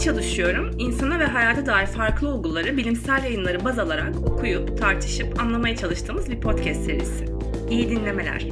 çalışıyorum. İnsana ve hayata dair farklı olguları bilimsel yayınları baz alarak okuyup, tartışıp anlamaya çalıştığımız bir podcast serisi. İyi dinlemeler.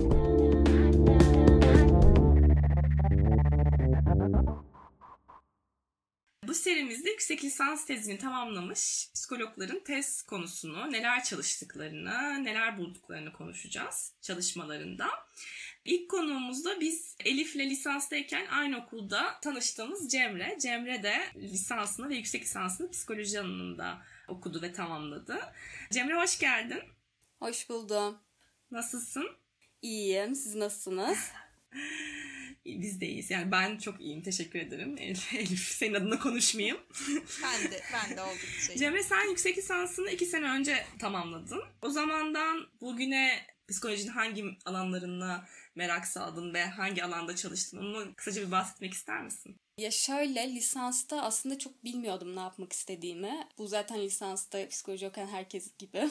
Bu serimizde yüksek lisans tezini tamamlamış psikologların tez konusunu, neler çalıştıklarını, neler bulduklarını konuşacağız çalışmalarında. İlk konuğumuzda biz Elif'le lisanstayken aynı okulda tanıştığımız Cemre. Cemre de lisansını ve yüksek lisansını psikoloji alanında okudu ve tamamladı. Cemre hoş geldin. Hoş buldum. Nasılsın? İyiyim. Siz nasılsınız? Biz de iyiyiz. Yani ben çok iyiyim. Teşekkür ederim. Elif senin adına konuşmayayım. ben de oldukça. Cemre sen yüksek lisansını 2 sene önce tamamladın. O zamandan bugüne psikolojinin hangi alanlarına merak saldın ve hangi alanda çalıştın? Onu kısaca bir bahsetmek ister misin? Ya şöyle, lisansta aslında çok bilmiyordum ne yapmak istediğimi. Bu zaten lisansta psikoloji okuyan herkes gibi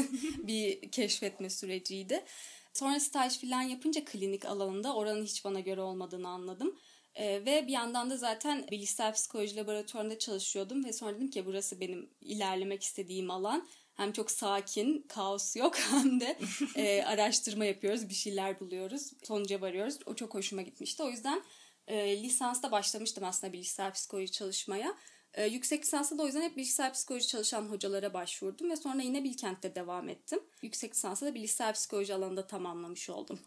bir keşfetme süreciydi. Sonra staj falan yapınca klinik alanında oranın hiç bana göre olmadığını anladım. Ve bir yandan da zaten bilişsel psikoloji laboratuvarında çalışıyordum ve sonra dedim ki burası benim ilerlemek istediğim alan. Hem çok sakin, kaos yok hem de araştırma yapıyoruz, bir şeyler buluyoruz, sonuca varıyoruz. O çok hoşuma gitmişti. O yüzden lisansta başlamıştım aslında bilişsel psikoloji çalışmaya. Yüksek lisansta da o yüzden hep bilişsel psikoloji çalışan hocalara başvurdum ve sonra yine Bilkent'te devam ettim. Yüksek lisansta da bilişsel psikoloji alanında tamamlamış oldum.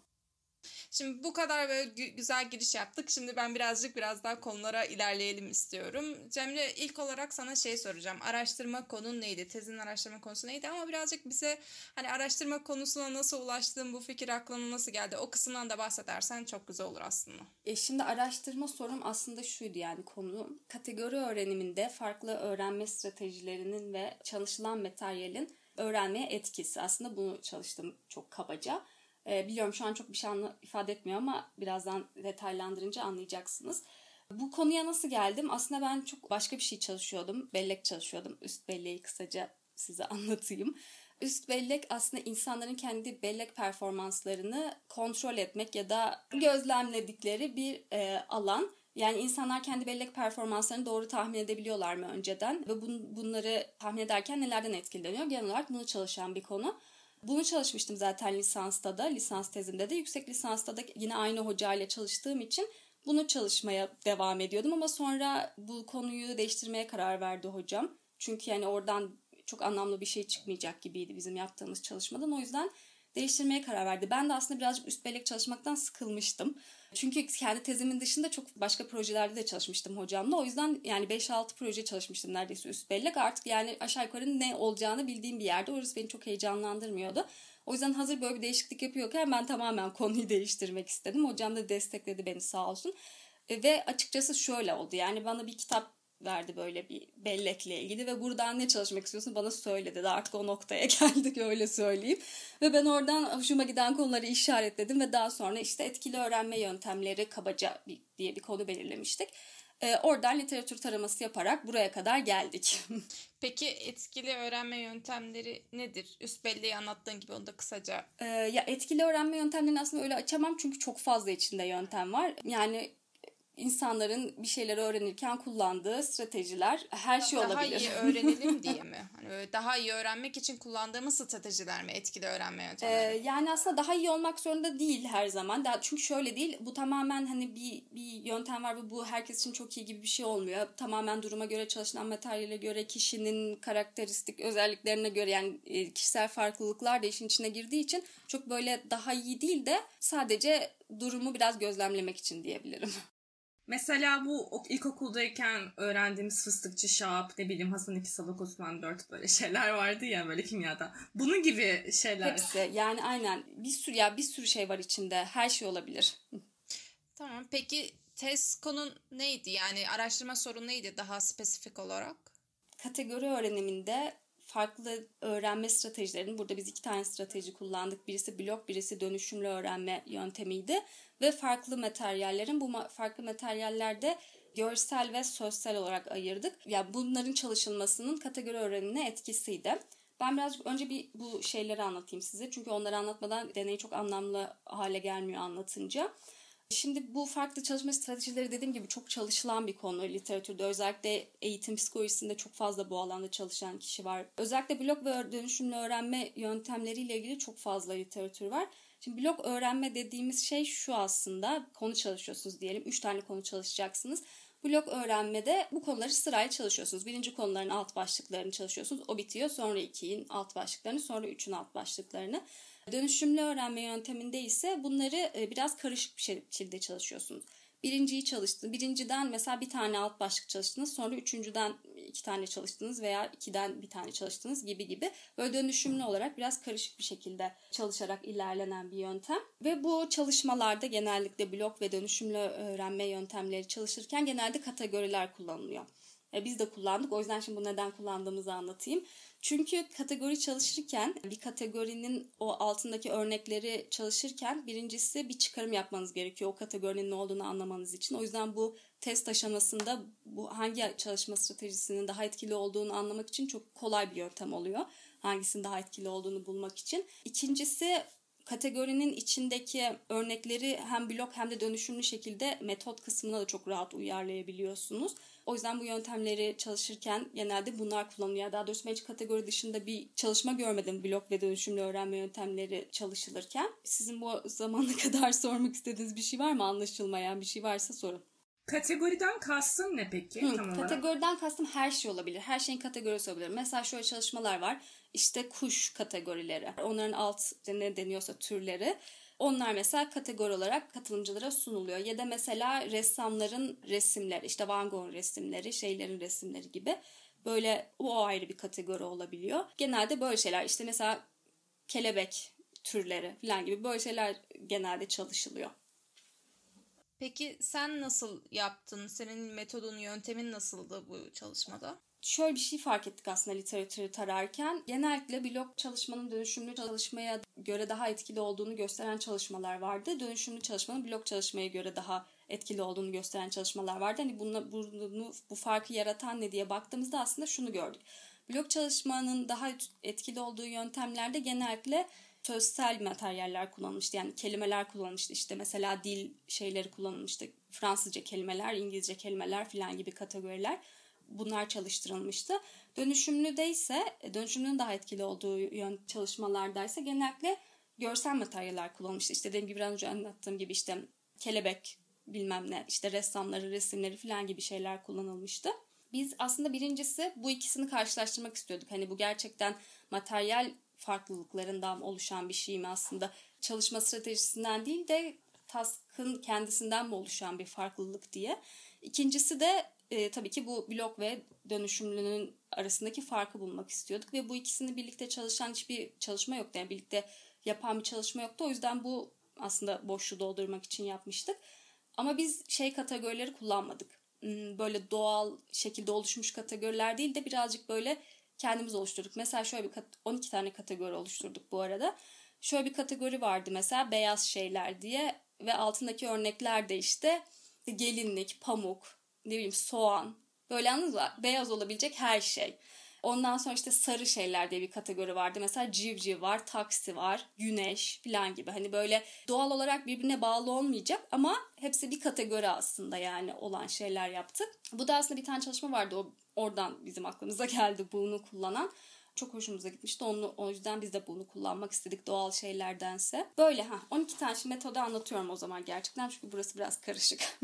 Şimdi bu kadar böyle güzel giriş yaptık. Şimdi ben biraz daha konulara ilerleyelim istiyorum. Cemre, ilk olarak sana soracağım. Araştırma konun neydi? Tezin araştırma konusu neydi? Ama birazcık bize hani araştırma konusuna nasıl ulaştın, bu fikir aklına nasıl geldi? O kısımdan da bahsedersen çok güzel olur aslında. Şimdi araştırma sorum aslında şuydu, yani konu kategori öğreniminde farklı öğrenme stratejilerinin ve çalışılan materyalin öğrenmeye etkisi. Aslında bunu çalıştım çok kabaca. Biliyorum şu an çok bir şey ifade etmiyor ama birazdan detaylandırınca anlayacaksınız. Bu konuya nasıl geldim? Aslında ben çok başka bir şey çalışıyordum. Bellek çalışıyordum. Üst belleği kısaca size anlatayım. Üst bellek aslında insanların kendi bellek performanslarını kontrol etmek ya da gözlemledikleri bir alan. Yani insanlar kendi bellek performanslarını doğru tahmin edebiliyorlar mı önceden? Ve bunları tahmin ederken nelerden etkileniyor? Genel olarak bunu çalışan bir konu. Bunu çalışmıştım zaten lisansta da, lisans tezimde de. Yüksek lisansta da yine aynı hocayla çalıştığım için bunu çalışmaya devam ediyordum. Ama sonra bu konuyu değiştirmeye karar verdi hocam. Çünkü yani oradan çok anlamlı bir şey çıkmayacak gibiydi bizim yaptığımız çalışmadan. O yüzden değiştirmeye karar verdi. Ben de aslında birazcık üst bellek çalışmaktan sıkılmıştım. Çünkü kendi tezimin dışında çok başka projelerde de çalışmıştım hocamla. O yüzden yani 5-6 proje çalışmıştım neredeyse üst bellek. Artık yani aşağı yukarı ne olacağını bildiğim bir yerde. Orası beni çok heyecanlandırmıyordu. O yüzden hazır böyle bir değişiklik yapıyorken ben tamamen konuyu değiştirmek istedim. Hocam da destekledi beni sağ olsun. Ve açıkçası şöyle oldu. Yani bana bir kitap verdi böyle bir bellekle ilgili ve buradan ne çalışmak istiyorsun bana söyle dedi. Artık o noktaya geldik, öyle söyleyeyim. Ve ben oradan hoşuma giden konuları işaretledim ve daha sonra işte etkili öğrenme yöntemleri kabaca diye bir konu belirlemiştik. Oradan literatür taraması yaparak buraya kadar geldik. Peki etkili öğrenme yöntemleri nedir? Üst belleği anlattığın gibi onu da kısaca. Ya etkili öğrenme yöntemlerini aslında öyle açamam çünkü çok fazla içinde yöntem var. Yani İnsanların bir şeyleri öğrenirken kullandığı stratejiler her şey olabilir. Daha iyi öğrenelim diye mi? Hani böyle daha iyi öğrenmek için kullandığımız stratejiler mi? Etkili öğrenme yöntemleri. Yani aslında daha iyi olmak zorunda değil her zaman. Çünkü şöyle değil. Bu tamamen hani bir yöntem var ve bu herkes için çok iyi gibi bir şey olmuyor. Tamamen duruma göre, çalışılan materyale göre, kişinin karakteristik özelliklerine göre, yani kişisel farklılıklar da işin içine girdiği için çok böyle daha iyi değil de sadece durumu biraz gözlemlemek için diyebilirim. Mesela bu ilkokuldayken öğrendiğimiz fıstıkçı Şahap, ne bileyim Hasan II Salak Osman 4 böyle şeyler vardı ya böyle kimyada. Bunun gibi şeyler. Hepsi yani aynen bir sürü şey var içinde. Her şey olabilir. Tamam. Peki tez konun neydi? Yani araştırma sorunu neydi daha spesifik olarak? Kategori öğreniminde farklı öğrenme stratejilerinin, burada biz 2 tane strateji kullandık. Birisi blok, birisi dönüşümlü öğrenme yöntemiydi. Ve farklı materyallerin, bu farklı materyallerde görsel ve sözsel olarak ayırdık. Yani bunların çalışılmasının kategori öğrenimine etkisiydi. Ben birazcık önce bu şeyleri anlatayım size. Çünkü onları anlatmadan deney çok anlamlı hale gelmiyor anlatınca. Şimdi bu farklı çalışma stratejileri dediğim gibi çok çalışılan bir konu literatürde. Özellikle eğitim psikolojisinde çok fazla bu alanda çalışan kişi var. Özellikle blok ve dönüşümlü öğrenme yöntemleriyle ilgili çok fazla literatür var. Şimdi blok öğrenme dediğimiz şey şu aslında. Konu çalışıyorsunuz diyelim. 3 tane konu çalışacaksınız. Blok öğrenmede bu konuları sırayla çalışıyorsunuz. Birinci konuların alt başlıklarını çalışıyorsunuz. O bitiyor. Sonra 2'nin alt başlıklarını, sonra 3'ün alt başlıklarını. Dönüşümlü öğrenme yönteminde ise bunları biraz karışık bir şekilde çalışıyorsunuz. Birinciyi çalıştınız. Birinciden mesela bir tane alt başlık çalıştınız. Sonra üçüncüden 2 tane çalıştınız veya 2'den bir tane çalıştınız gibi. Böyle dönüşümlü olarak biraz karışık bir şekilde çalışarak ilerlenen bir yöntem. Ve bu çalışmalarda genellikle blok ve dönüşümlü öğrenme yöntemleri çalışırken genelde kategoriler kullanılıyor. Biz de kullandık. O yüzden şimdi bu neden kullandığımızı anlatayım. Çünkü kategori çalışırken bir kategorinin o altındaki örnekleri çalışırken birincisi bir çıkarım yapmanız gerekiyor o kategorinin ne olduğunu anlamanız için. O yüzden bu test aşamasında bu hangi çalışma stratejisinin daha etkili olduğunu anlamak için çok kolay bir yöntem oluyor. Hangisinin daha etkili olduğunu bulmak için. İkincisi kategorinin içindeki örnekleri hem blok hem de dönüşümlü şekilde metot kısmına da çok rahat uyarlayabiliyorsunuz. O yüzden bu yöntemleri çalışırken genelde bunlar kullanılıyor. Daha doğrusu ben hiç kategori dışında bir çalışma görmedim blok ve dönüşümlü öğrenme yöntemleri çalışılırken. Sizin bu zamana kadar sormak istediğiniz bir şey var mı? Anlaşılmayan bir şey varsa sorun. Kategoriden kastın ne peki tam olarak? Kategoriden kastım her şey olabilir. Her şeyin kategorisi olabilir. Mesela şöyle çalışmalar var. İşte kuş kategorileri. Onların ne deniyorsa türleri. Onlar mesela kategori olarak katılımcılara sunuluyor. Ya da mesela ressamların resimleri, işte Van Gogh'un resimleri, şeylerin resimleri gibi. Böyle o ayrı bir kategori olabiliyor. Genelde böyle şeyler, işte mesela kelebek türleri falan gibi böyle şeyler genelde çalışılıyor. Peki sen nasıl yaptın? Senin metodun, yöntemin nasıldı bu çalışmada? Şöyle bir şey fark ettik aslında literatürü tararken. Genellikle blok çalışmanın dönüşümlü çalışmaya göre daha etkili olduğunu gösteren çalışmalar vardı. Dönüşümlü çalışmanın blok çalışmaya göre daha etkili olduğunu gösteren çalışmalar vardı. Hani bu farkı yaratan ne diye baktığımızda aslında şunu gördük. Blok çalışmanın daha etkili olduğu yöntemlerde genellikle sözsel materyaller kullanılmıştı. Yani kelimeler kullanılmıştı. İşte mesela dil şeyleri kullanılmıştı. Fransızca kelimeler, İngilizce kelimeler falan gibi kategoriler. Bunlar çalıştırılmıştı. Dönüşümlünün daha etkili olduğu çalışmalardaysa genellikle görsel materyaller kullanılmıştı. İşte dediğim gibi biraz önce anlattığım gibi işte kelebek bilmem ne, işte ressamları, resimleri falan gibi şeyler kullanılmıştı. Biz aslında birincisi bu ikisini karşılaştırmak istiyorduk. Hani bu gerçekten materyal farklılıklarından oluşan bir şey mi aslında? Çalışma stratejisinden değil de task'ın kendisinden mi oluşan bir farklılık diye. İkincisi de tabii ki bu blok ve dönüşümlünün arasındaki farkı bulmak istiyorduk. Ve bu ikisini birlikte çalışan hiçbir çalışma yoktu. Yani birlikte yapan bir çalışma yoktu. O yüzden bu aslında boşluğu doldurmak için yapmıştık. Ama biz kategorileri kullanmadık. Böyle doğal şekilde oluşmuş kategoriler değil de birazcık böyle kendimiz oluşturduk. Mesela şöyle 12 tane kategori oluşturduk bu arada. Şöyle bir kategori vardı mesela beyaz şeyler diye ve altındaki örnekler de işte gelinlik, pamuk, ne bileyim soğan, böyle anladınız mı? Beyaz olabilecek her şey. Ondan sonra işte sarı şeyler diye bir kategori vardı. Mesela civciv var, taksi var, güneş falan gibi. Hani böyle doğal olarak birbirine bağlı olmayacak ama hepsi bir kategori aslında yani olan şeyler yaptık. Bu da aslında bir tane çalışma vardı. Oradan bizim aklımıza geldi bunu kullanan. Çok hoşumuza gitmişti. O yüzden biz de bunu kullanmak istedik doğal şeylerdense. Böyle 12 tane metodu anlatıyorum o zaman gerçekten. Çünkü burası biraz karışık.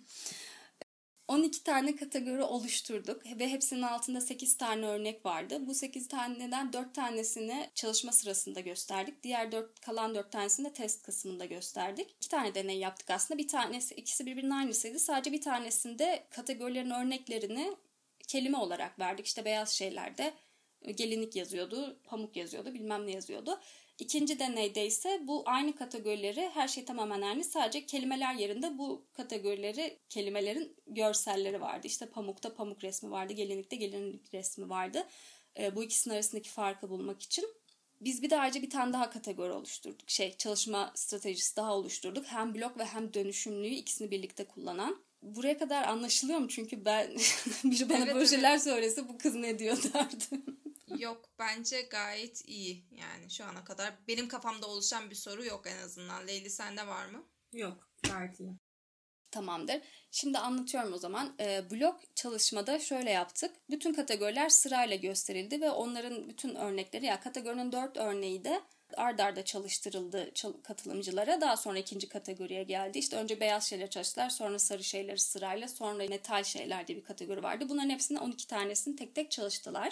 12 tane kategori oluşturduk ve hepsinin altında 8 tane örnek vardı. Bu 8 taneden 4 tanesini çalışma sırasında gösterdik. Kalan 4 tanesini de test kısmında gösterdik. 2 tane deney yaptık aslında. İkisi birbirinin aynısıydı. Sadece bir tanesinde kategorilerin örneklerini kelime olarak verdik. İşte beyaz şeylerde gelinlik yazıyordu, pamuk yazıyordu, bilmem ne yazıyordu. İkinci deneyde ise bu aynı kategorileri, her şey tamamen aynı, sadece kelimeler yerinde bu kelimelerin görselleri vardı. İşte pamukta pamuk resmi vardı, gelinlikte gelinlik resmi vardı. Bu ikisinin arasındaki farkı bulmak için. Biz bir de ayrıca bir tane daha kategori oluşturduk. Çalışma stratejisi daha oluşturduk. Hem blok ve hem dönüşümlüyü ikisini birlikte kullanan. Buraya kadar anlaşılıyor mu? Çünkü biri bana böyle şeyler söylese bu kız ne diyor derdim. Yok, bence gayet iyi. Yani şu ana kadar benim kafamda oluşan bir soru yok en azından. Leyli, sende var mı? Yok. Gayet iyi. Tamamdır. Şimdi anlatıyorum o zaman. Blok çalışmada şöyle yaptık. Bütün kategoriler sırayla gösterildi ve onların bütün örnekleri, ya kategorinin 4 örneği de ard arda çalıştırıldı katılımcılara. Daha sonra ikinci kategoriye geldi. İşte önce beyaz şeyler çalıştılar, sonra sarı şeyleri sırayla, sonra metal şeyler diye bir kategori vardı. Bunların hepsinin 12 tanesini tek tek çalıştılar.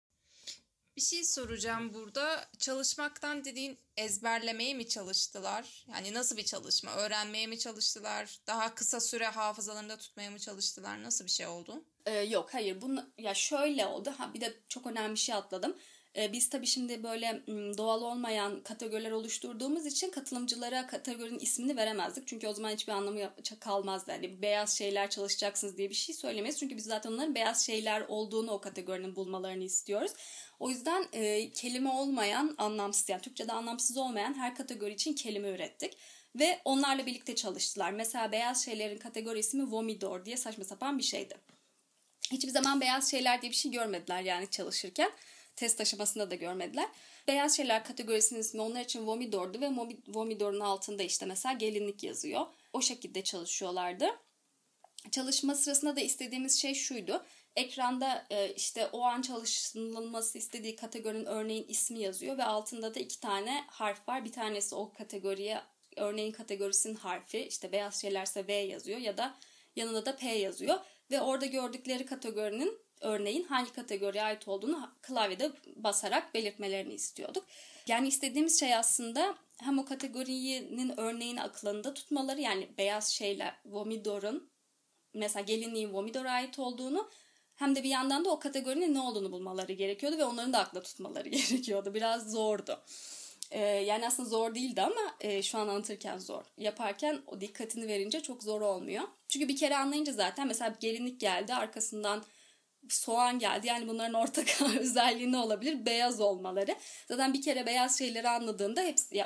Bir şey soracağım burada. Çalışmaktan dediğin ezberlemeye mi çalıştılar? Yani nasıl bir çalışma? Öğrenmeye mi çalıştılar? Daha kısa süre hafızalarında tutmaya mı çalıştılar? Nasıl bir şey oldu? Yok, hayır. Ya şöyle oldu. Bir de çok önemli bir şey atladım. Biz tabii şimdi böyle doğal olmayan kategoriler oluşturduğumuz için katılımcılara kategorinin ismini veremezdik. Çünkü o zaman hiçbir anlamı kalmazdı. Yani beyaz şeyler çalışacaksınız diye bir şey söylemeyiz. Çünkü biz zaten onların beyaz şeyler olduğunu o kategorinin bulmalarını istiyoruz. O yüzden kelime olmayan, anlamsız, yani Türkçe'de anlamsız olmayan her kategori için kelime ürettik. Ve onlarla birlikte çalıştılar. Mesela beyaz şeylerin kategori ismi Vomidor diye saçma sapan bir şeydi. Hiçbir zaman beyaz şeyler diye bir şey görmediler yani çalışırken. Test aşamasında da görmediler. Beyaz şeyler kategorisinin ismi onlar için Vomidor'du ve Vomidor'un altında işte mesela gelinlik yazıyor. O şekilde çalışıyorlardı. Çalışma sırasında da istediğimiz şey şuydu. Ekranda işte o an çalışılması istediği kategorinin örneğin ismi yazıyor ve altında da 2 tane harf var. Bir tanesi o kategoriye, örneğin kategorisinin harfi, işte beyaz şeylerse V yazıyor ya da yanında da P yazıyor. Ve orada gördükleri kategorinin, örneğin hangi kategoriye ait olduğunu klavyede basarak belirtmelerini istiyorduk. Yani istediğimiz şey aslında hem o kategorinin örneğini akıllarında tutmaları, yani beyaz şeyler Vomidor'un, mesela gelinliğin Vomidor'a ait olduğunu, hem de bir yandan da o kategorinin ne olduğunu bulmaları gerekiyordu ve onların da akla tutmaları gerekiyordu. Biraz zordu. Yani aslında zor değildi ama şu an anlatırken zor. Yaparken o dikkatini verince çok zor olmuyor. Çünkü bir kere anlayınca zaten mesela gelinlik geldi, arkasından soğan geldi. Yani bunların ortak özelliği ne olabilir? Beyaz olmaları. Zaten bir kere beyaz şeyleri anladığında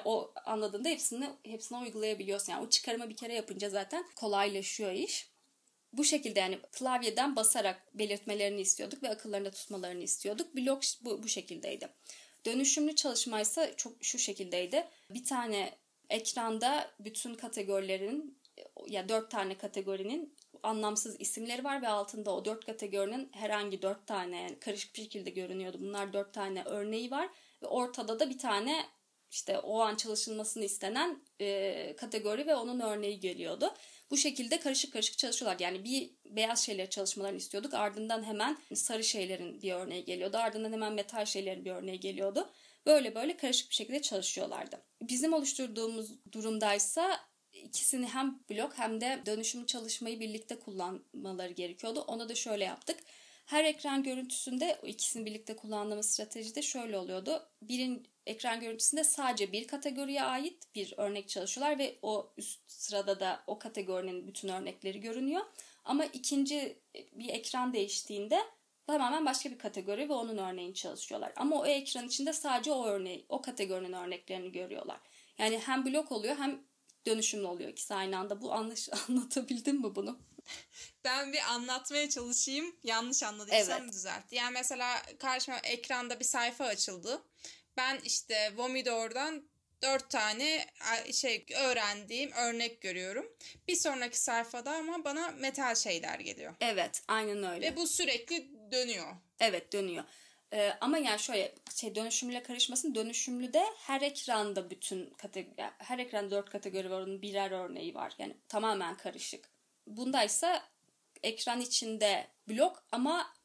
hepsine uygulayabiliyorsun. Yani o çıkarımı bir kere yapınca zaten kolaylaşıyor iş. Bu şekilde yani klavyeden basarak belirtmelerini istiyorduk ve akıllarında tutmalarını istiyorduk. Blok bu şekildeydi. Dönüşümlü çalışmaysa çok şu şekildeydi. Bir tane ekranda bütün kategorilerin, ya 4 tane kategorinin anlamsız isimleri var ve altında o 4 kategorinin herhangi 4 tane, yani karışık bir şekilde görünüyordu. Bunlar 4 tane örneği var ve ortada da bir tane işte o an çalışılmasını istenen kategori ve onun örneği geliyordu. Bu şekilde karışık karışık çalışıyorlar. Yani bir beyaz şeyleri çalışmalarını istiyorduk. Ardından hemen sarı şeylerin bir örneği geliyordu. Ardından hemen metal şeylerin bir örneği geliyordu. Böyle böyle karışık bir şekilde çalışıyorlardı. Bizim oluşturduğumuz durumdaysa ikisini hem blok hem de dönüşümlü çalışmayı birlikte kullanmaları gerekiyordu. Ona da şöyle yaptık. Her ekran görüntüsünde o ikisini birlikte kullandığımız stratejide şöyle oluyordu. Ekran görüntüsünde sadece bir kategoriye ait bir örnek çalışıyorlar ve o üst sırada da o kategorinin bütün örnekleri görünüyor. Ama ikinci bir ekran değiştiğinde tamamen başka bir kategori ve onun örneğini çalışıyorlar. Ama o ekran içinde sadece o kategorinin örneklerini görüyorlar. Yani hem blok oluyor hem dönüşümlü oluyor ikisi aynı anda. Anlatabildim mi bunu? Ben bir anlatmaya çalışayım. Yanlış anladıysam Evet. düzelt. Yani mesela karşıma ekranda bir sayfa açıldı. Ben işte Vomidor'dan 4 tane öğrendiğim örnek görüyorum. Bir sonraki sayfada ama bana metal şeyler geliyor. Evet, aynen öyle. Ve bu sürekli dönüyor. Evet, dönüyor. Ama yani şöyle dönüşümle karışmasın. Dönüşümlüde her ekranda her ekranda 4 kategori var, onun birer örneği var. Yani tamamen karışık. Bundaysa ekran içinde blok ama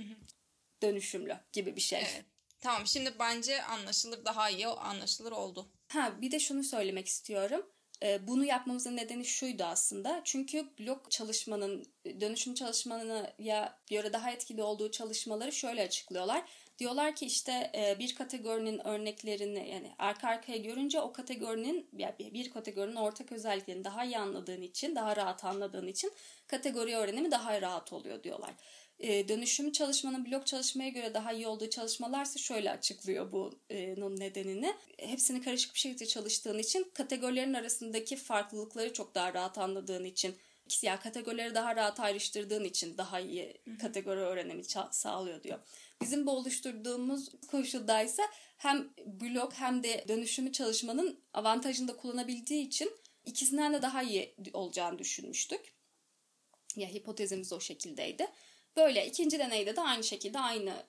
dönüşümlü gibi bir şey. Evet. Tamam, şimdi bence daha iyi anlaşılır oldu. Bir de şunu söylemek istiyorum. Bunu yapmamızın nedeni şuydu aslında. Çünkü blok çalışmanın, dönüşüm çalışmana göre daha etkili olduğu çalışmaları şöyle açıklıyorlar. Diyorlar ki işte bir kategorinin örneklerini yani arka arkaya görünce o kategorinin, bir kategorinin ortak özelliklerini daha iyi anladığın için, daha rahat anladığın için kategori öğrenimi daha rahat oluyor diyorlar. Dönüşüm çalışmanın blok çalışmaya göre daha iyi olduğu çalışmalarsa şöyle açıklıyor bunun nedenini. Hepsini karışık bir şekilde çalıştığın için, kategorilerin arasındaki farklılıkları çok daha rahat anladığın için, kategorileri daha rahat ayrıştırdığın için daha iyi kategori öğrenimi sağlıyor diyor. Bizim bu oluşturduğumuz koşuldaysa hem blok hem de dönüşümü çalışmanın avantajını da kullanabildiği için İkisinden de daha iyi olacağını düşünmüştük. Ya hipotezimiz o şekildeydi. Böyle ikinci deneyde de aynı şekilde aynı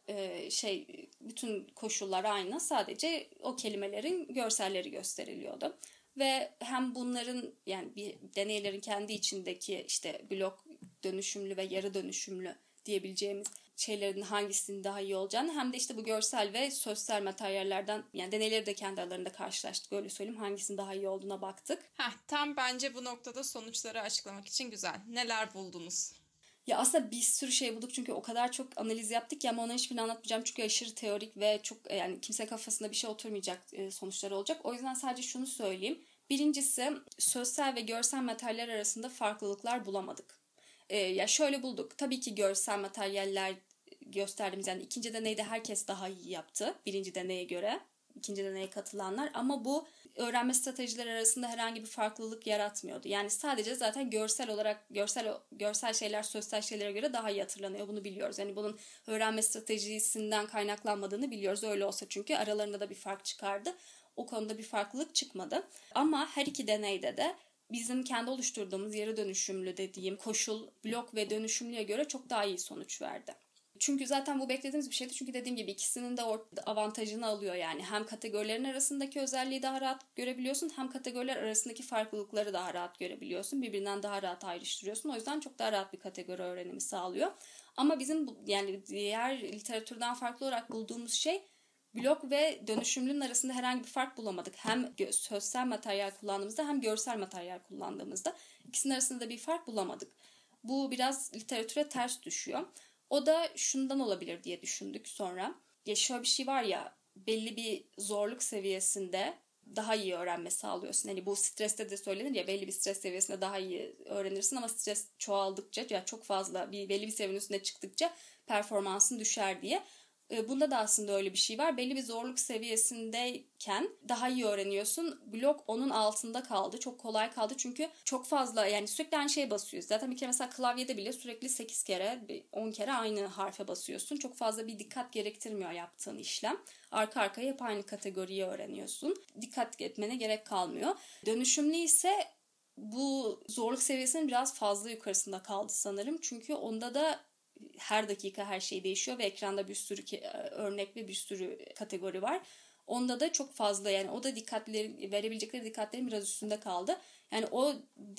bütün koşullar aynı. Sadece o kelimelerin görselleri gösteriliyordu. Ve hem bunların yani bir deneylerin kendi içindeki işte blok dönüşümlü ve yarı dönüşümlü diyebileceğimiz şeylerin hangisinin daha iyi olacağını hem de işte bu görsel ve sözsel materyallerden yani deneyleri de kendi aralarında karşılaştık. Öyle söyleyeyim, hangisinin daha iyi olduğuna baktık. Tam bence bu noktada sonuçları açıklamak için güzel. Neler buldunuz? Ya aslında bir sürü şey bulduk çünkü o kadar çok analiz yaptık ki ama onların hiçbirini anlatmayacağım çünkü aşırı teorik ve çok yani kimse kafasında bir şey oturmayacak sonuçlar olacak. O yüzden sadece şunu söyleyeyim. Birincisi sözsel ve görsel materyaller arasında farklılıklar bulamadık. Ya şöyle bulduk. Tabii ki görsel materyaller gösterdiğimiz yani ikinci deneyde herkes daha iyi yaptı. Birinci deneye göre. İkinci deneye katılanlar ama bu öğrenme stratejileri arasında herhangi bir farklılık yaratmıyordu. Yani sadece zaten görsel olarak görsel şeyler sözsel şeylere göre daha iyi hatırlanıyor. Bunu biliyoruz. Yani bunun öğrenme stratejisinden kaynaklanmadığını biliyoruz. Öyle olsa çünkü aralarında da bir fark çıkardı. O konuda bir farklılık çıkmadı. Ama her iki deneyde de bizim kendi oluşturduğumuz yarı dönüşümlü dediğim koşul, blok ve dönüşümlüye göre çok daha iyi sonuç verdi. Çünkü zaten bu beklediğimiz bir şeydi. Çünkü dediğim gibi ikisinin de avantajını alıyor yani. Hem kategorilerin arasındaki özelliği daha rahat görebiliyorsun hem kategoriler arasındaki farklılıkları daha rahat görebiliyorsun. Birbirinden daha rahat ayrıştırıyorsun. O yüzden çok daha rahat bir kategori öğrenimi sağlıyor. Ama bizim yani diğer literatürden farklı olarak bulduğumuz şey blok ve dönüşümlünün arasında herhangi bir fark bulamadık. Hem sözsel materyal kullandığımızda hem görsel materyal kullandığımızda ikisinin arasında da bir fark bulamadık. Bu biraz literatüre ters düşüyor. O da şundan olabilir diye düşündük sonra. Ya şöyle bir şey var ya, belli bir zorluk seviyesinde daha iyi öğrenme sağlıyorsun. Hani bu streste de söylenir ya, belli bir stres seviyesinde daha iyi öğrenirsin ama stres çoğaldıkça ya çok fazla belli bir seviyenin üstüne çıktıkça performansın düşer diye. Bunda da aslında öyle bir şey var. Belli bir zorluk seviyesindeyken daha iyi öğreniyorsun. Blok onun altında kaldı. Çok kolay kaldı. Çünkü çok fazla yani sürekli aynı şeye basıyoruz. Zaten bir kere mesela klavyede bile sürekli 8 kere 10 kere aynı harfe basıyorsun. Çok fazla bir dikkat gerektirmiyor yaptığın işlem. Arka arkaya hep aynı kategoriyi öğreniyorsun. Dikkat etmene gerek kalmıyor. Dönüşümlü ise bu zorluk seviyesinin biraz fazla yukarısında kaldı sanırım. Çünkü onda da her dakika her şey değişiyor ve ekranda bir sürü örnek ve bir sürü kategori var. Onda da çok fazla yani o da verebilecekleri dikkatlerin biraz üstünde kaldı. Yani o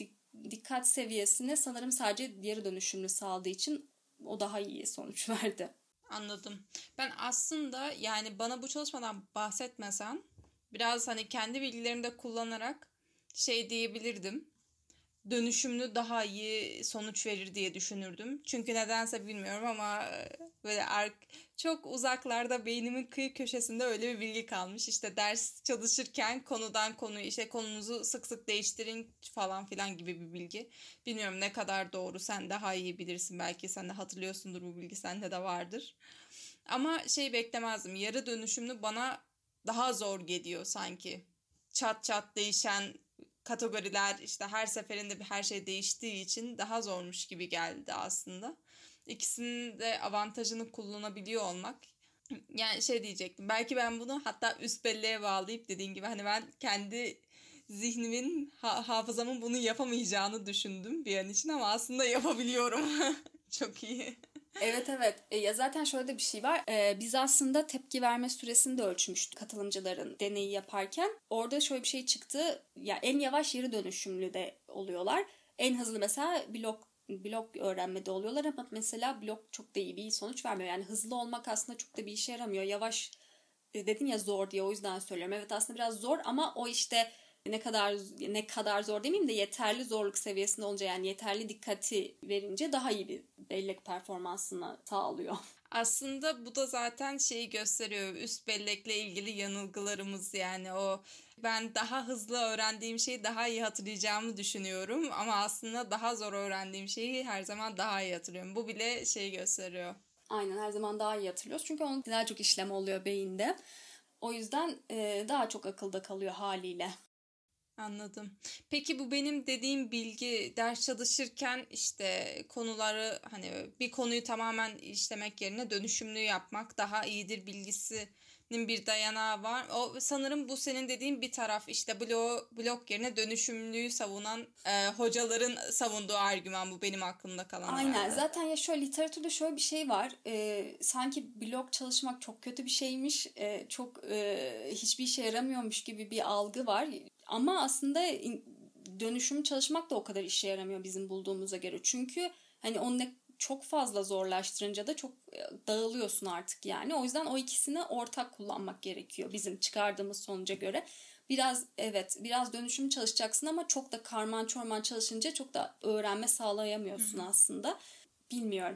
dikkat seviyesine sanırım sadece yarı dönüşümlü sağladığı için o daha iyi sonuç verdi. Anladım. Ben aslında yani bana bu çalışmadan bahsetmesen biraz hani kendi bilgilerimi de kullanarak diyebilirdim. Dönüşümlü daha iyi sonuç verir diye düşünürdüm. Çünkü nedense bilmiyorum ama böyle çok uzaklarda beynimin kıyı köşesinde öyle bir bilgi kalmış. İşte ders çalışırken konudan konuya işte konunuzu sık sık değiştirin falan filan gibi bir bilgi. Bilmiyorum ne kadar doğru, sen daha iyi bilirsin, belki sen de hatırlıyorsundur, bu bilgi sende de vardır. Ama beklemezdim. Yarı dönüşümlü bana daha zor geliyor sanki. Çat çat değişen kategoriler, işte her seferinde her şey değiştiği için daha zormuş gibi geldi aslında. İkisinin de avantajını kullanabiliyor olmak. Yani diyecektim. Belki ben bunu hatta üst belleğe bağlayıp dediğin gibi hani ben kendi zihnimin, hafızamın bunu yapamayacağını düşündüm bir an için ama aslında yapabiliyorum. Çok iyi. Evet. Ya zaten şöyle de bir şey var. Biz aslında tepki verme süresini de ölçmüştük katılımcıların deneyi yaparken. Orada şöyle bir şey çıktı. Ya en yavaş yarı dönüşümlü de oluyorlar. En hızlı mesela blok öğrenmede oluyorlar ama mesela blok çok da iyi bir sonuç vermiyor. Yani hızlı olmak aslında çok da bir işe yaramıyor. Yavaş dedin ya, zor diye, o yüzden söylüyorum. Evet aslında biraz zor ama o ne kadar zor demeyeyim de yeterli zorluk seviyesinde olunca yani yeterli dikkati verince daha iyi bir bellek performansını sağlıyor. Aslında bu da zaten gösteriyor, üst bellekle ilgili yanılgılarımız. Yani o ben daha hızlı öğrendiğim şeyi daha iyi hatırlayacağımı düşünüyorum ama aslında daha zor öğrendiğim şeyi her zaman daha iyi hatırlıyorum. Bu bile gösteriyor. Aynen, her zaman daha iyi hatırlıyoruz çünkü onun daha çok işlem oluyor beyinde. O yüzden daha çok akılda kalıyor haliyle. Anladım. Peki bu benim dediğim bilgi ders çalışırken konuları hani bir konuyu tamamen işlemek yerine dönüşümlü yapmak daha iyidir bilgisini bir dayanağı var. O sanırım bu senin dediğin bir taraf, işte blok yerine dönüşümlüyü savunan hocaların savunduğu argüman, bu benim aklımda kalan. Aynen. herhalde. Zaten ya şöyle literatürde şöyle bir şey var. Sanki blok çalışmak çok kötü bir şeymiş. Çok hiçbir işe yaramıyormuş gibi bir algı var. Ama aslında dönüşüm çalışmak da o kadar işe yaramıyor bizim bulduğumuza göre. Çünkü hani onu çok fazla zorlaştırınca da çok dağılıyorsun artık yani. O yüzden o ikisini ortak kullanmak gerekiyor bizim çıkardığımız sonuca göre. Biraz dönüşüm çalışacaksın ama çok da karman çorman çalışınca çok da öğrenme sağlayamıyorsun aslında. Bilmiyorum.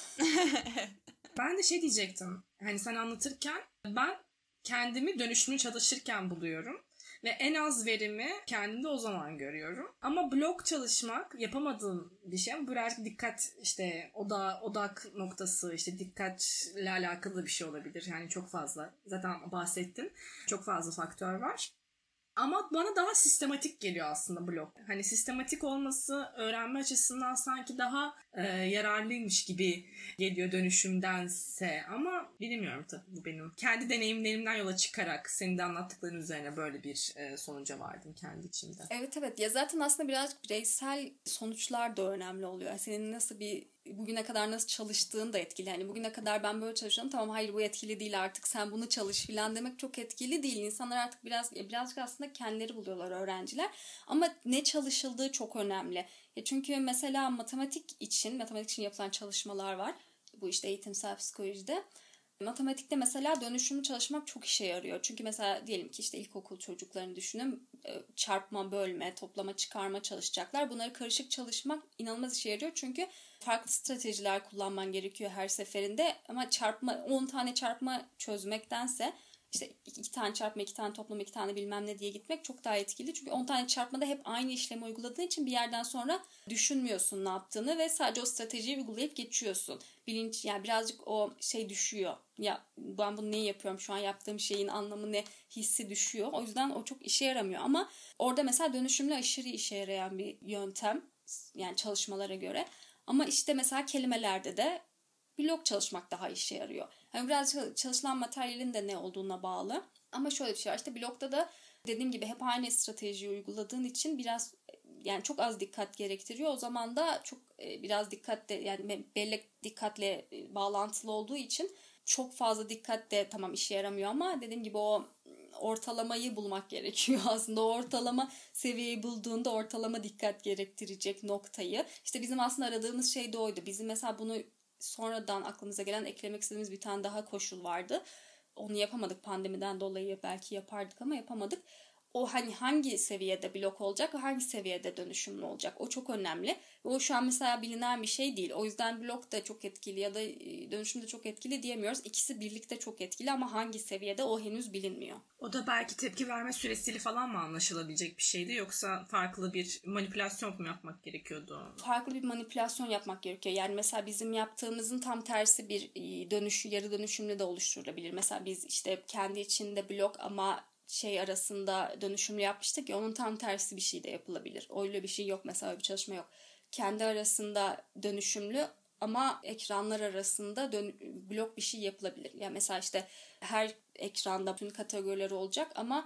Ben de şey diyecektim. Hani sen anlatırken ben kendimi dönüşümlü çalışırken buluyorum. Ve en az verimi kendimde o zaman görüyorum. Ama blok çalışmak yapamadığım bir şey. Bu birazcık dikkat, işte odak noktası, işte dikkatle alakalı bir şey olabilir. Yani çok fazla, zaten bahsettin. Çok fazla faktör var. Ama bana daha sistematik geliyor aslında blok. Hani sistematik olması öğrenme açısından sanki daha yararlıymış gibi geliyor dönüşümdense. Ama bilmiyorum tabii, bu benim kendi deneyimlerimden yola çıkarak senin de anlattıkların üzerine böyle bir sonuca vardım kendi içimde. Evet. Ya zaten aslında birazcık bireysel sonuçlar da önemli oluyor. Senin bugüne kadar nasıl çalıştığın da etkili. Hani bugüne kadar ben böyle çalışıyorum. Tamam, hayır bu etkili değil, artık sen bunu çalış falan demek çok etkili değil. İnsanlar artık birazcık aslında kendileri buluyorlar, öğrenciler. Ama ne çalışıldığı çok önemli. Çünkü mesela matematik için yapılan çalışmalar var. Bu işte eğitimsel psikolojide. Matematikte mesela dönüşümlü çalışmak çok işe yarıyor. Çünkü mesela diyelim ki işte ilkokul çocuklarını düşünün. Çarpma, bölme, toplama, çıkarma çalışacaklar. Bunları karışık çalışmak inanılmaz işe yarıyor. Çünkü farklı stratejiler kullanman gerekiyor her seferinde. Ama 10 tane çarpma çözmektense işte 2 tane çarpma, 2 tane toplama, 2 tane bilmem ne diye gitmek çok daha etkili. Çünkü 10 tane çarpmada hep aynı işlemi uyguladığın için bir yerden sonra düşünmüyorsun ne yaptığını ve sadece o stratejiyi uygulayıp geçiyorsun. Bilinç, yani birazcık o şey düşüyor. Ya ben bunu niye yapıyorum? Şu an yaptığım şeyin anlamı ne? Hissi düşüyor. O yüzden o çok işe yaramıyor. Ama orada mesela dönüşümlü aşırı işe yarayan bir yöntem. Yani çalışmalara göre. Ama işte mesela kelimelerde de blok çalışmak daha işe yarıyor. Yani birazcık çalışılan materyalin de ne olduğuna bağlı. Ama şöyle bir şey var. İşte blokta da dediğim gibi hep aynı stratejiyi uyguladığın için biraz, yani çok az dikkat gerektiriyor. O zaman da çok biraz dikkatle, yani bellek dikkatle bağlantılı olduğu için çok fazla dikkat de tamam işe yaramıyor ama dediğim gibi o ortalamayı bulmak gerekiyor aslında. O ortalama seviyeyi bulduğunda ortalama dikkat gerektirecek noktayı. İşte bizim aslında aradığımız şey de oydu. Bizim mesela bunu sonradan aklımıza gelen eklemek istediğimiz bir tane daha koşul vardı. Onu yapamadık pandemiden dolayı, belki yapardık ama yapamadık. O hani hangi seviyede blok olacak ve hangi seviyede dönüşümlü olacak, o çok önemli. O şu an mesela bilinen bir şey değil. O yüzden blok da çok etkili ya da dönüşüm de çok etkili diyemiyoruz. İkisi birlikte çok etkili ama hangi seviyede o henüz bilinmiyor. O da belki tepki verme süresiyle falan mı anlaşılabilecek bir şeydi, yoksa farklı bir manipülasyon mu yapmak gerekiyordu? Farklı bir manipülasyon yapmak gerekiyor. Yani mesela bizim yaptığımızın tam tersi bir yarı dönüşümlü de oluşturulabilir. Mesela biz işte kendi içinde blok ama arasında dönüşümlü yapmıştık ya, onun tam tersi bir şey de yapılabilir. Öyle bir şey yok mesela, öyle bir çalışma yok. Kendi arasında dönüşümlü ama ekranlar arasında blok bir şey yapılabilir. Yani mesela işte her ekranda bütün kategorileri olacak ama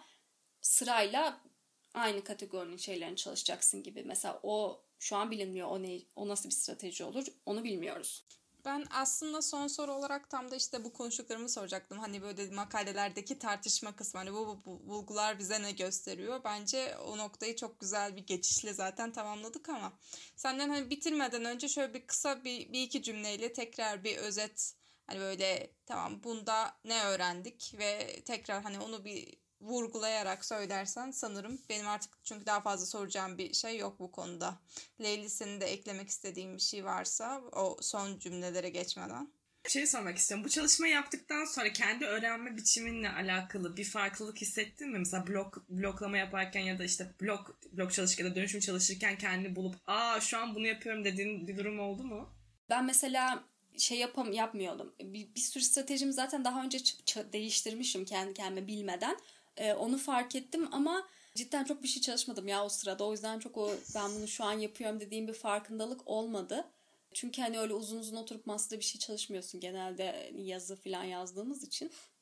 sırayla aynı kategorinin şeylerini çalışacaksın gibi. Mesela o şu an bilinmiyor. O nasıl bir strateji olur onu bilmiyoruz. Ben aslında son soru olarak tam da işte bu konuştuklarımı soracaktım. Hani böyle makalelerdeki tartışma kısmı. Hani bu bulgular bize ne gösteriyor? Bence o noktayı çok güzel bir geçişle zaten tamamladık ama senden hani bitirmeden önce şöyle bir kısa bir iki cümleyle tekrar bir özet, hani böyle tamam bunda ne öğrendik ve tekrar hani onu bir vurgulayarak söylersen sanırım benim artık, çünkü daha fazla soracağım bir şey yok bu konuda. Leyli, senin de eklemek istediğin bir şey varsa o son cümlelere geçmeden. Sormak istiyorum. Bu çalışmayı yaptıktan sonra kendi öğrenme biçiminle alakalı bir farklılık hissettin mi? Mesela bloklama yaparken ya da işte blok çalışırken ya da dönüşüm çalışırken kendini bulup şu an bunu yapıyorum dediğin bir durum oldu mu? Ben mesela yapmıyordum. Bir sürü stratejimi zaten daha önce değiştirmişim kendi kendime bilmeden. Onu fark ettim ama cidden çok bir şey çalışmadım ya o sırada. O yüzden çok ben bunu şu an yapıyorum dediğim bir farkındalık olmadı. Çünkü hani öyle uzun uzun oturup masada bir şey çalışmıyorsun genelde, yazı falan yazdığımız için.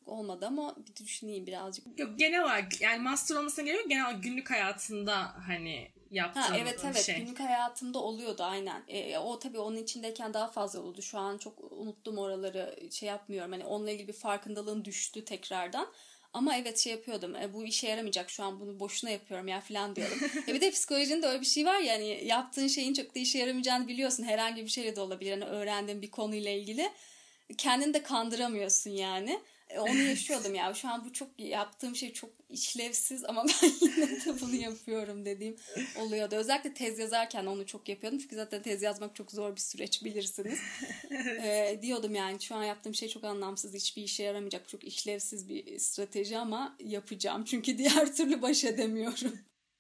olmadı ama bir düşüneyim birazcık. Yok, genel olarak yani master olmasına gerek yok. Genel olarak günlük hayatında hani yaptığın evet şey. günlük hayatımda oluyordu aynen. O tabii onun içindeyken daha fazla oldu. Şu an çok unuttum oraları, şey yapmıyorum. Hani onunla ilgili bir farkındalığım düştü tekrardan. Ama evet şey yapıyordum. Bu işe yaramayacak, şu an bunu boşuna yapıyorum ya falan diyordum. Bir de psikolojinin de öyle bir şey var ya, hani yaptığın şeyin çok da işe yaramayacağını biliyorsun. Herhangi bir şeyle de olabilir. Hani öğrendiğin bir konuyla ilgili. Kendini de kandıramıyorsun yani. Onu yaşıyordum ya. Şu an bu çok yaptığım şey çok işlevsiz ama ben yine de bunu yapıyorum dediğim oluyordu. Özellikle tez yazarken onu çok yapıyordum. Çünkü zaten tez yazmak çok zor bir süreç, bilirsiniz. Diyordum yani şu an yaptığım şey çok anlamsız, hiçbir işe yaramayacak, çok işlevsiz bir strateji ama yapacağım. Çünkü diğer türlü baş edemiyorum.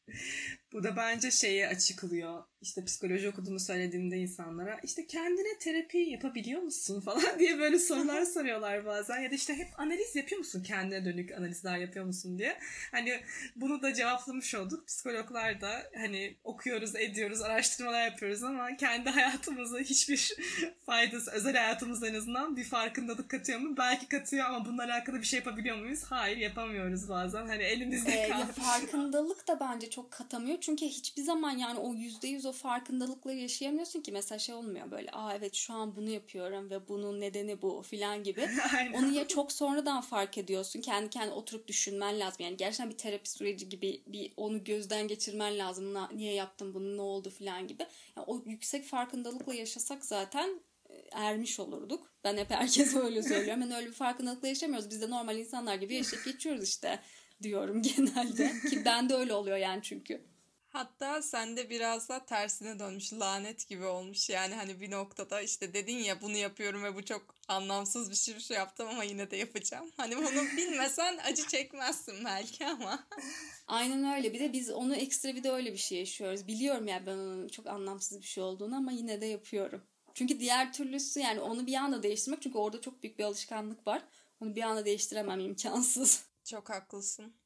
Bu da bence şeyi açıklıyor. İşte psikoloji okuduğumu söylediğimde insanlara işte kendine terapi yapabiliyor musun falan diye böyle sorular soruyorlar bazen. Ya da işte hep analiz yapıyor musun? Kendine dönük analizler yapıyor musun diye. Hani bunu da cevaplamış olduk. Psikologlar da hani okuyoruz, ediyoruz, araştırmalar yapıyoruz ama kendi hayatımıza hiçbir faydası, özel hayatımıza en azından bir farkındalık katıyor mu? Belki katıyor ama bununla alakalı bir şey yapabiliyor muyuz? Hayır, yapamıyoruz bazen. Hani elimizde kalıyor. Farkındalık da bence çok katamıyor. Çünkü hiçbir zaman yani o %100 o farkındalıkla yaşayamıyorsun ki. Mesela şey olmuyor böyle, evet şu an bunu yapıyorum ve bunun nedeni bu filan gibi. Onu ya çok sonradan fark ediyorsun. Kendi kendine oturup düşünmen lazım. Yani gerçekten bir terapi süreci gibi bir onu gözden geçirmen lazım. Niye yaptım bunu, ne oldu filan gibi. Yani o yüksek farkındalıkla yaşasak zaten ermiş olurduk. Ben hep herkese öyle söylüyorum. Yani öyle bir farkındalıkla yaşamıyoruz. Biz de normal insanlar gibi yaşayıp geçiyoruz işte diyorum genelde. Ki bende öyle oluyor yani çünkü. Hatta sende biraz da tersine dönmüş, lanet gibi olmuş yani, hani bir noktada işte dedin ya bunu yapıyorum ve bu çok anlamsız bir şey yaptım ama yine de yapacağım. Hani bunu bilmesen acı çekmezsin belki ama. Aynen öyle. Bir de biz onu ekstra bir de öyle bir şey yaşıyoruz. Biliyorum ya ben onun çok anlamsız bir şey olduğunu ama yine de yapıyorum. Çünkü diğer türlüsü yani onu bir anda değiştirmek, çünkü orada çok büyük bir alışkanlık var. Onu bir anda değiştiremem, imkansız. Çok haklısın.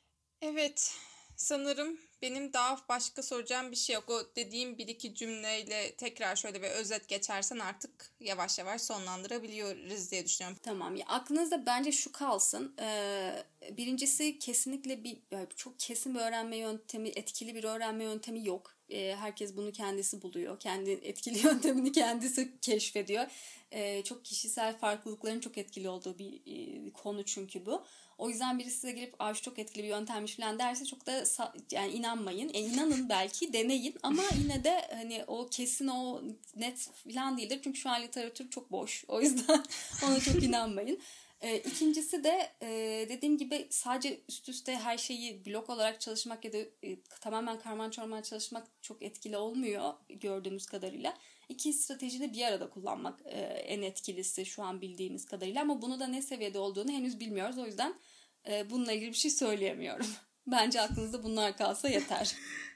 Evet, sanırım benim daha başka soracağım bir şey yok. O dediğim bir iki cümleyle tekrar şöyle bir özet geçersen artık yavaş yavaş sonlandırabiliyoruz diye düşünüyorum. Tamam. Ya aklınızda bence şu kalsın. Birincisi kesinlikle çok kesin bir öğrenme yöntemi, etkili bir öğrenme yöntemi yok. Herkes bunu kendisi buluyor. Kendi etkili yöntemini kendisi keşfediyor. Çok kişisel farklılıkların çok etkili olduğu bir konu çünkü bu. O yüzden birisi size gelip şu çok etkili bir yöntemmiş falan derse çok da yani inanmayın. İnanın belki, deneyin ama yine de hani o kesin, o net falan değildir. Çünkü şu an literatür çok boş. O yüzden ona çok inanmayın. İkincisi de dediğim gibi sadece üst üste her şeyi blok olarak çalışmak ya da tamamen karman çorman çalışmak çok etkili olmuyor gördüğümüz kadarıyla. İki strateji de bir arada kullanmak en etkilisi şu an bildiğimiz kadarıyla, ama bunu da ne seviyede olduğunu henüz bilmiyoruz. O yüzden bununla ilgili bir şey söyleyemiyorum. Bence aklınızda bunlar kalsa yeter.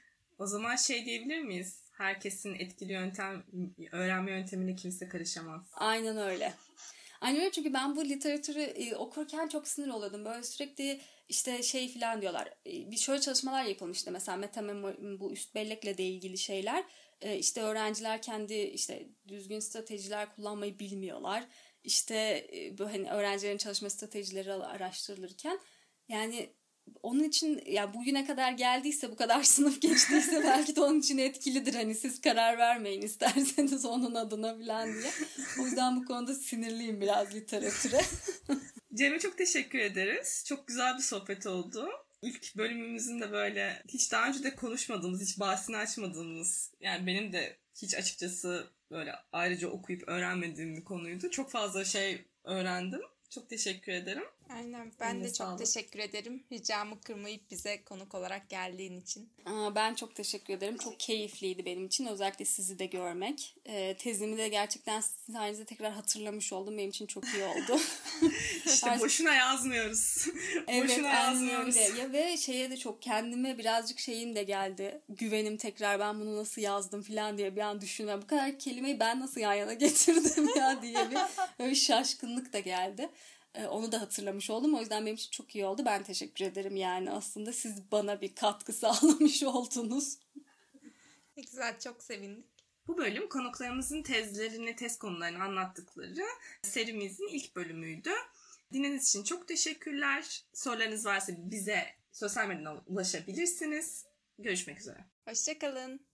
O zaman şey diyebilir miyiz? Herkesin etkili öğrenme yöntemine kimse karışamaz. Aynen öyle. Aynen öyle, çünkü ben bu literatürü okurken çok sinir oluyordum. Böyle sürekli işte şey falan diyorlar. Bir şöyle çalışmalar yapılmıştı mesela metamemori, bu üst bellekle de ilgili şeyler. İşte öğrenciler kendi işte düzgün stratejiler kullanmayı bilmiyorlar. İşte bu hani öğrencilerin çalışma stratejileri araştırılırken yani onun için ya bugüne kadar geldiyse, bu kadar sınıf geçtiyse belki de onun için etkilidir. Hani siz karar vermeyin isterseniz onun adına falan diye. O yüzden bu konuda sinirliyim biraz literatüre. Cem'e çok teşekkür ederiz. Çok güzel bir sohbet oldu. İlk bölümümüzün de böyle hiç daha önce de konuşmadığımız, hiç bahsini açmadığımız, yani benim de hiç açıkçası böyle ayrıca okuyup öğrenmediğim bir konuydu. Çok fazla şey öğrendim. Çok teşekkür ederim. Aynen, ben de çok teşekkür ederim. Ricamı kırmayıp bize konuk olarak geldiğin için. Ben çok teşekkür ederim. Çok keyifliydi benim için. Özellikle sizi de görmek. Tezimi de gerçekten sizin sayenizde tekrar hatırlamış oldum. Benim için çok iyi oldu. İşte boşuna yazmıyoruz. Evet, boşuna yazmıyoruz. Öyle. Ya ve şeye de çok kendime birazcık şeyim de geldi. Güvenim tekrar, ben bunu nasıl yazdım falan diye bir an düşünüyorum. Bu kadar kelimeyi ben nasıl yan yana getirdim ya diye bir şaşkınlık da geldi. Onu da hatırlamış oldum. O yüzden benim için çok iyi oldu. Ben teşekkür ederim yani. Aslında siz bana bir katkı sağlamış oldunuz. Güzel, çok sevindik. Bu bölüm konuklarımızın tezlerini, tez konularını anlattıkları serimizin ilk bölümüydü. Dinlediğiniz için çok teşekkürler. Sorularınız varsa bize sosyal medyadan ulaşabilirsiniz. Görüşmek üzere. Hoşça kalın.